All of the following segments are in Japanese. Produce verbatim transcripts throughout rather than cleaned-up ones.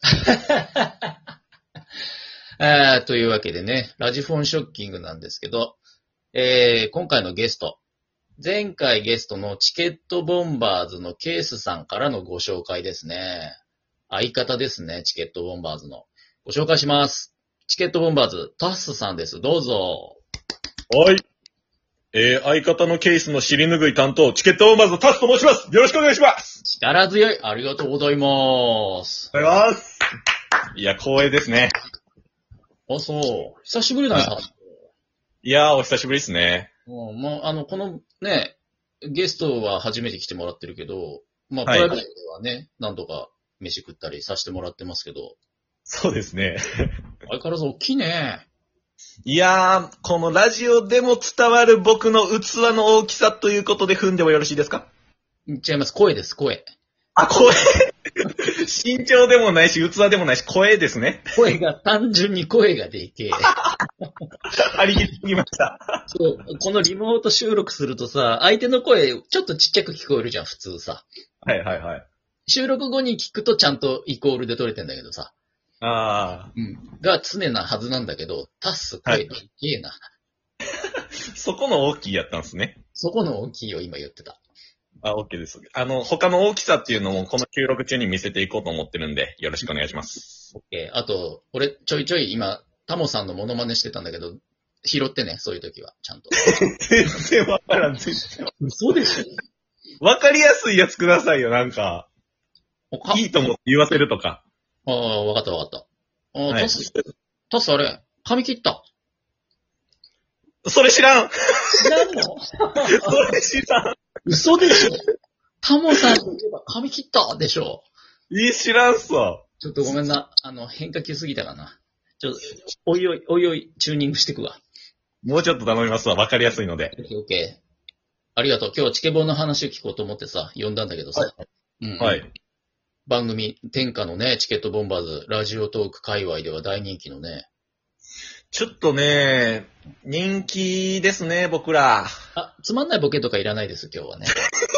えー、というわけでね、ラジフォンショッキングなんですけど、えー、今回のゲスト、前回ゲストのチケットボンバーズのケースさんからのご紹介ですね。相方ですね、チケットボンバーズの。ご紹介します。チケットボンバーズ、タッスさんです。どうぞ。 はい。えー、相方のケースの尻拭い担当、チケットボンバーズのタスと申します。よろしくお願いします。 力強い。ありがとうございます。 ありがとうございます。いや、光栄ですね。 あ、そう。久しぶりだな。 いやー、お久しぶりですね。 もう、もうあの、このね、ゲストは初めて来てもらってるけど、まあ、プはいライベートではね、何度か飯食ったりさせてもらってますけど、 そうですね。 相変わらず大きいね。 いやー、このラジオでも伝わる僕の器の大きさということで踏んでもよろしいですか？ 違います。声です、声。 あ、声身長でもないし、器でもないし、声ですね。 声が、単純に声がでけえ。 ありぎすぎました。 そう、このリモート収録するとさ、相手の声ちょっとちっちゃく聞こえるじゃん、普通さ。 はいはいはい。 収録後に聞くとちゃんとイコールで取れてんだけどさ。 あうん。が常なはずなんだけど、タス声でけえな。 ー、そこの大きいやったんですね。 そこの大きいを今言ってた。 あ、OK です。あの、他の大きさっていうのもこの収録中に見せていこうと思ってるんで、よろしくお願いします。 オッケー。あと、俺ちょいちょい今、タモさんのモノマネしてたんだけど、拾ってね、そういう時は、ちゃんと。 全然わからん、全然。 嘘でしょ？ わかりやすいやつくださいよ、なんか。 おかいいと思って言わせるとか。 ああ、わかったわかった。ああ、 はいタス、タスあれ、髪切った。 それ知らん知らんの？ それ知らん嘘でしょ？タモさんといえば髪切ったでしょ？ いい知らんっすわ。 ちょっとごめんな。あの、変化球すぎたかな。ちょっと、おいおい、おいおい、チューニングしてくわ。 もうちょっと頼みますわ、わかりやすいので。 オッケーオッケー。ありがとう。今日はチケボンの話を聞こうと思ってさ、呼んだんだけどさ。 はうん、 はい。 番組、天下のね、チケットボンバーズ、ラジオトーク界隈では大人気のね。 ちょっとね、人気ですね、僕ら。 あ、つまんないボケとかいらないです、今日はね。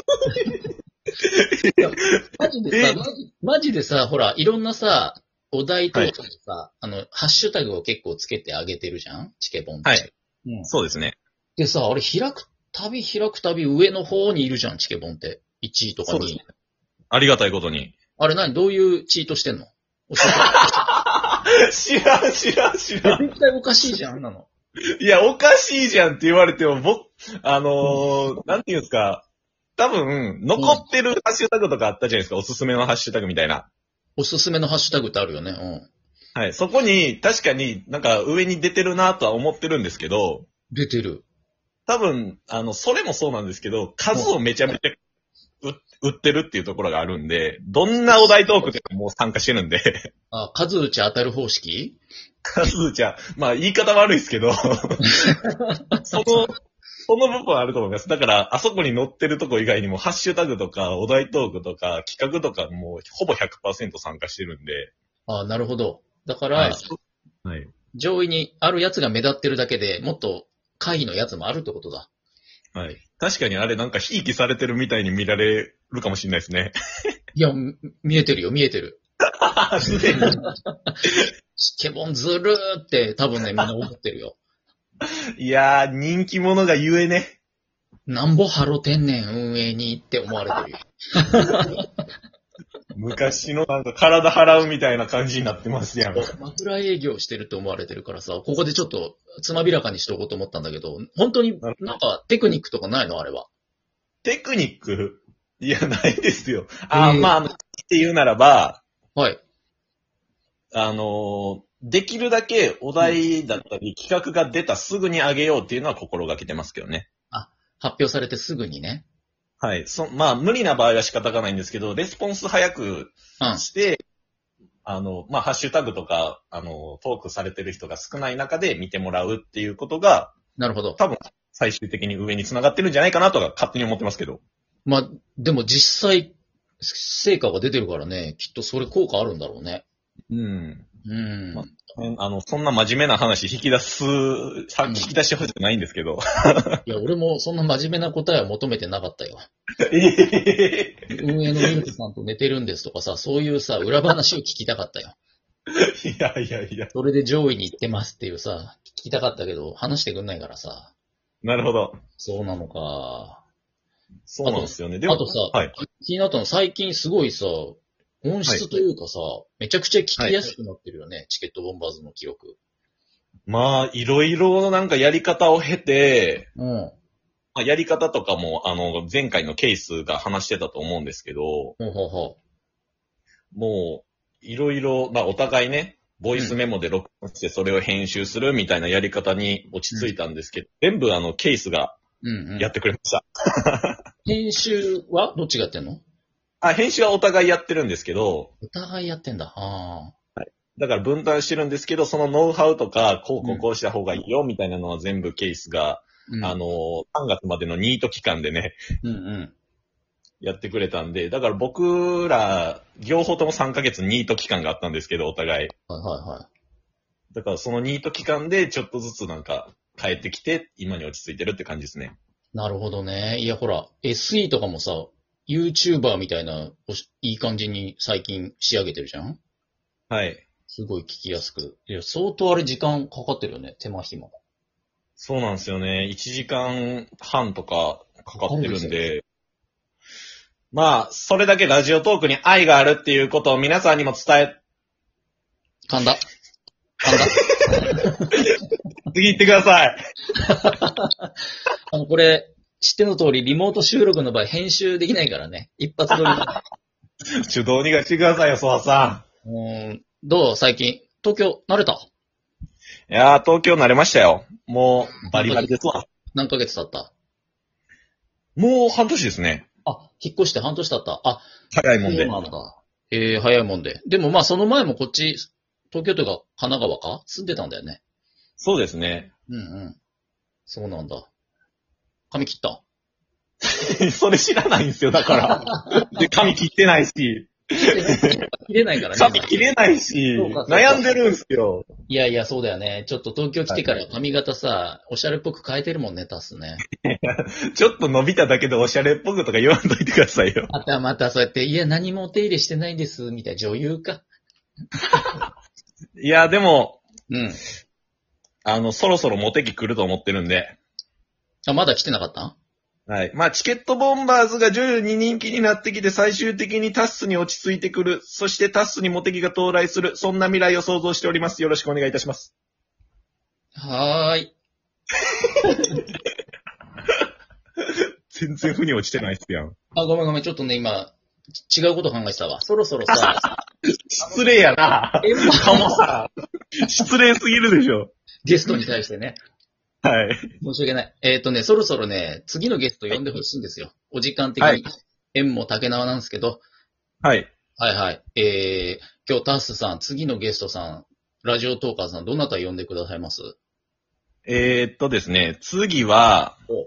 マジでさ、マジマジでさ、ほら、いろんなさ、お題とかさ、はい、あの、ハッシュタグを結構つけてあげてるじゃん？チケボンって。 はい。 うん。 そうですね。 でさ、あれ開くたび開くたび上の方にいるじゃん、チケボンって。いちいとかにい。 ね、ありがたいことに。 あれ何どういうチートしてんの？教えて。知らん、知らん、知らん。 絶対おかしいじゃん、あんなの。 いや、おかしいじゃんって言われても、僕、あのー、うん、なんていうんですか、多分、残ってるハッシュタグとかあったじゃないですか、おすすめのハッシュタグみたいな。 おすすめのハッシュタグってあるよね、 うん。はい、そこに、確かになんか上に出てるなとは思ってるんですけど。 出てる。 多分、あの、それもそうなんですけど、数をめちゃめちゃ売ってるっていうところがあるんで、どんなお題トークでももう参加してるんで。 あ、数打ち当たる方式？ 数打ちは、まあ言い方悪いですけど、その、その部分はあると思います。だから、あそこに載ってるとこ以外にも、ハッシュタグとか、お題トークとか、企画とかもうほぼ ひゃくパーセント 参加してるんで。 ああ、なるほど。だから、 はいはい、 上位にあるやつが目立ってるだけでもっと下位のやつもあるってことだ。 はい。確かにあれなんかひいきされてるみたいに見られるかもしれないですね。 いや、見えてるよ、見えてる。 すでに。 チケボンずるーって多分ね、みんな思ってるよ。 いやー、人気者がゆえね。 なんぼハロ天然運営にって思われてるよ。 昔のなんか体払うみたいな感じになってますやん。 枕営業してると思われてるからさ、ここでちょっとつまびらかにしとこうと思ったんだけど、本当になんかテクニックとかないのあれは。 テクニック？いや、ないですよ。あ、えー、まあ、って言うならば、 はい。 あの、できるだけお題だったり企画が出たすぐにあげようっていうのは心がけてますけどね。 あ、発表されてすぐにね。 はい。そ、まあ、無理な場合は仕方がないんですけど、レスポンス早くして、うん、あの、まあ、ハッシュタグとか、あの、トークされてる人が少ない中で見てもらうっていうことが、 なるほど。 多分、最終的に上に繋がってるんじゃないかなとか勝手に思ってますけど。 まあ、でも実際、成果が出てるからね、きっとそれ効果あるんだろうね。 うん。 うん。 まあ、あの、そんな真面目な話引き出す、引き出してほしくないんですけど。 いや、俺もそんな真面目な答えは求めてなかったよ。 え運営のミルクさんと寝てるんですとかさ、そういうさ、裏話を聞きたかったよ。 いやいやいや。 それで上位に行ってますっていうさ、聞きたかったけど、話してくんないからさ。 なるほど。 そうなのか。 そうなんですよね。であとさ、 はい。 気になったの最近すごいさ、音質というかさ、めちゃくちゃ聞きやすくなってるよね、チケットボンバーズの記録。 まあ、いろいろなんかやり方を経て、 うん。 まあ、やり方とかも、あの、前回のケースが話してたと思うんですけど、 ほうほうほもう、いろいろ、まあ、お互いね、ボイスメモで録音してそれを編集するみたいなやり方に落ち着いたんですけど、全部あの、ケースがう。うんうん。 やってくれました。 編集はどっちがやってんの？ あ、編集はお互いやってるんですけど、 お互いやってんだ。ああ。 だから分担してるんですけど、そのノウハウとか、こうこうこうした方がいいよみたいなのは全部ケースが、 うん、 あの、さんがつまでのニート期間でね、 うんうん。 やってくれたんで、だから僕ら、両方ともさんかげつニート期間があったんですけど、お互い。 はいはいはい。 だからそのニート期間でちょっとずつなんか変えてきて、今に落ち着いてるって感じですね。 なるほどね。いやほら、エスイー とかもさ、YouTuber みたいな、おしいい感じに最近仕上げてるじゃん？ はい。 すごい聞きやすく。いや、相当あれ時間かかってるよね。手間暇。 そうなんですよね。いちじかんはんとかかかってるんで。まあ、それだけラジオトークに愛があるっていうことを皆さんにも伝え、 噛んだ。噛んだ。 次行ってください。 あの、これ、知っての通り、リモート収録の場合編集できないからね。一発撮りだ。 ちょ、どうにかしてくださいよ、ソワさうーん。どう最近。東京、慣れた？ ん。いやー、東京慣れましたよ。もう、バリバリですわ。 何ヶ月経った？ もう半年ですね。 あ、引っ越して半年経った。あ、 早いもんで。 そうなんだ。ええ、早いもんで。でもまあその前もこっち、東京とか神奈川か住んでたんだよね。 そうですね。 うんうん。そうなんだ。髪切った？ それ知らないんですよ、だから。で、髪切ってないし。 切れないからね。 髪切れないしそうかそう、か悩んでるんすよ。 いやいや、そうだよね。ちょっと東京来てから髪型さ、おしゃれっぽく変えてるもんね、タスね。 ちょっと伸びただけでおしゃれっぽくとか言わんといてくださいよ。 またまたそうやって、いや、何もお手入れしてないんです、みたいな女優か。 いや、でも、 うん。 あの、そろそろモテ期来ると思ってるんで。 あ、まだ来てなかった？ はい。まあ、チケットボンバーズが徐々に人気になってきて、最終的にタッスに落ち着いてくる。そしてタッスにモテ期が到来する。そんな未来を想像しております。よろしくお願いいたします。 はーい。 全然腑に落ちてないっすやん。 あ、ごめんごめん、ちょっとね、今、ち違うこと考えてたわ。そろそろさ、 失礼やな。 えかもさ、失礼すぎるでしょ。 ゲストに対してね。 はい。 申し訳ない。えっ、とね、そろそろね、次のゲスト呼んでほしいんですよ。お時間的はいに。縁も竹縄なんですけど。 はい。 はいはい。えー、今日タッスさん、次のゲストさん、ラジオトーカーさん、どなた呼んでくださいます？ えー、っとですね、次は、 お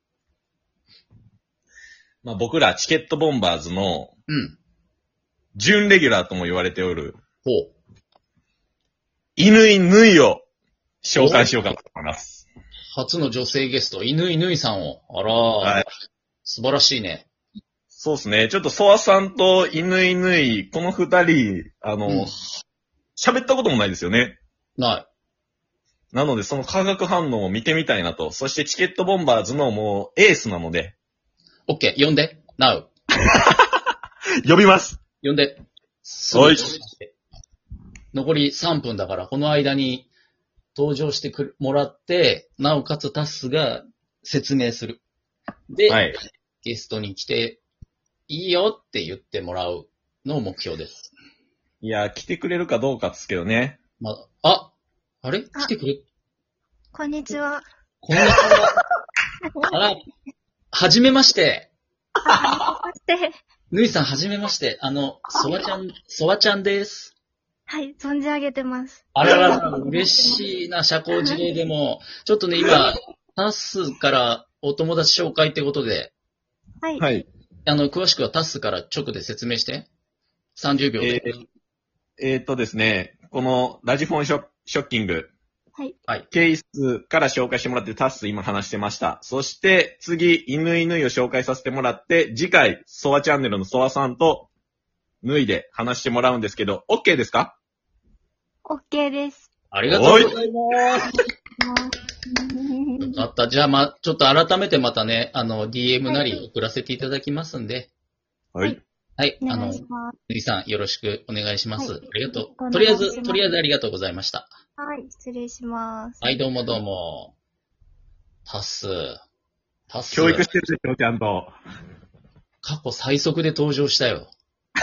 まあ、僕らチケットボンバーズのうん。 準レギュラーとも言われておる、 ほう。 犬井ぬいを紹介しようかと思います。 初の女性ゲスト、犬井ぬいさんを。あらー、 はい。 素晴らしいね。 そうですね。ちょっとソワさんと犬井ぬい、この二人、あの、 うん喋、ったこともないですよね。 ななので、その化学反応を見てみたいなと。そしてチケットボンバーズのもうエースなので、 い。OK、呼んで。Now。 呼びます。 呼んで。 はい残りさんぷんだから、この間に登場してくるもらって、なおかつタスが説明する。で、 はい。 ゲストに来て、いいよって言ってもらうのを目標です。 いや、来てくれるかどうかですけどね。 まあ、あ、あれあ来てくれこんにちは。 こんにちは。あら、はじめまして。 で、 ぬいさんはじめまして。あの、そわちゃん、そわちゃんです。 はい、存じ上げてます。 あららら、嬉しいな、社交辞令でも。ちょっとね、今、タスからお友達紹介ってことで、 はい。 はい。 あの、詳しくはタスから直で説明して。さんじゅうびょうで。 えーえーっとですね、このラジフォンショショッキング、 はい。 はい。 ケースから紹介してもらってタス今話してました。そして次、犬犬を紹介させてもらって、次回、ソワチャンネルのソワさんと、ぬいで話してもらうんですけど、OK ですか？ OK です。 ありがとうございます。よかった。じゃあ、ま、ちょっと改めてまたね、あの、ディーエム なり送らせていただきますんで。 はい。 はい。 おあの、 願いします。 ぬいさん、よろしくお願いします。 はいありがとおう。とりあえず、 願いしますとりあえずありがとうございました。 はい、失礼します。 はい、どうもどうも。タス。タス。 教育してるでしょ、ちゃんと。 過去最速で登場したよ。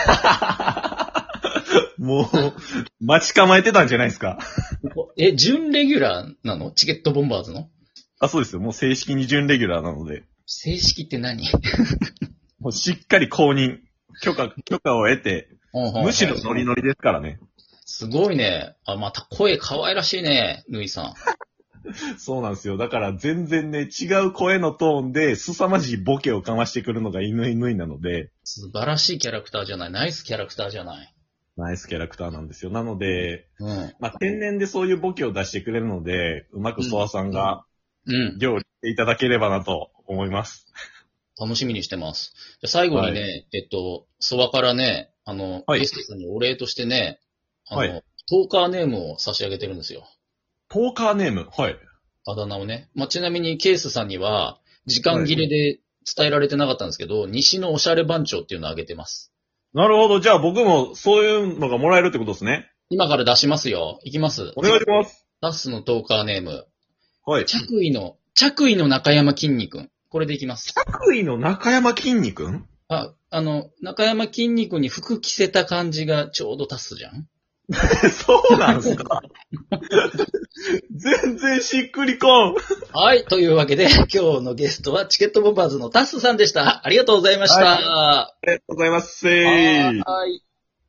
もう、待ち構えてたんじゃないですか。 え、準レギュラーなの？チケットボンバーズの？ あ、そうですよ。もう正式に準レギュラーなので、 正式って何？ もうしっかり公認、許可、許可を得て、むしろノリノリですからね。 すごいね。あ、また声可愛らしいね、ぬいさん。 そうなんですよ。だから全然ね、違う声のトーンで、凄まじいボケをかましてくるのが犬犬いなので、 素晴らしいキャラクターじゃない。ナイスキャラクターじゃない。 ナイスキャラクターなんですよ。なので、 うん。 まあ、天然でそういうボケを出してくれるので、うまくソワさんがうん。 料理していただければなと思います。 楽しみにしてます。じゃあ最後にね、 はえっと、ソワからね、あの、 はいゲストさんにお礼としてね、あの、 はいトーカーネームを差し上げてるんですよ。 トーカーネーム。はい。 あだ名をね。まあ、ちなみにケースさんには、時間切れで伝えられてなかったんですけど、西のおしゃれ番長っていうのをあげてます。 なるほど。じゃあ僕もそういうのがもらえるってことですね。 今から出しますよ。いきます。 お願いします。 タスのトーカーネーム。 はい。 着衣の、着衣の中山きんに君。これでいきます。 着衣の中山きんに君あ、あの、中山きんに君に服着せた感じがちょうどタスじゃん。 そうなんすか全然しっくりこん。 はい。というわけで、今日のゲストはチケットボンバーズのタスさんでした。ありがとうございました。 ありがとうございます。 はい。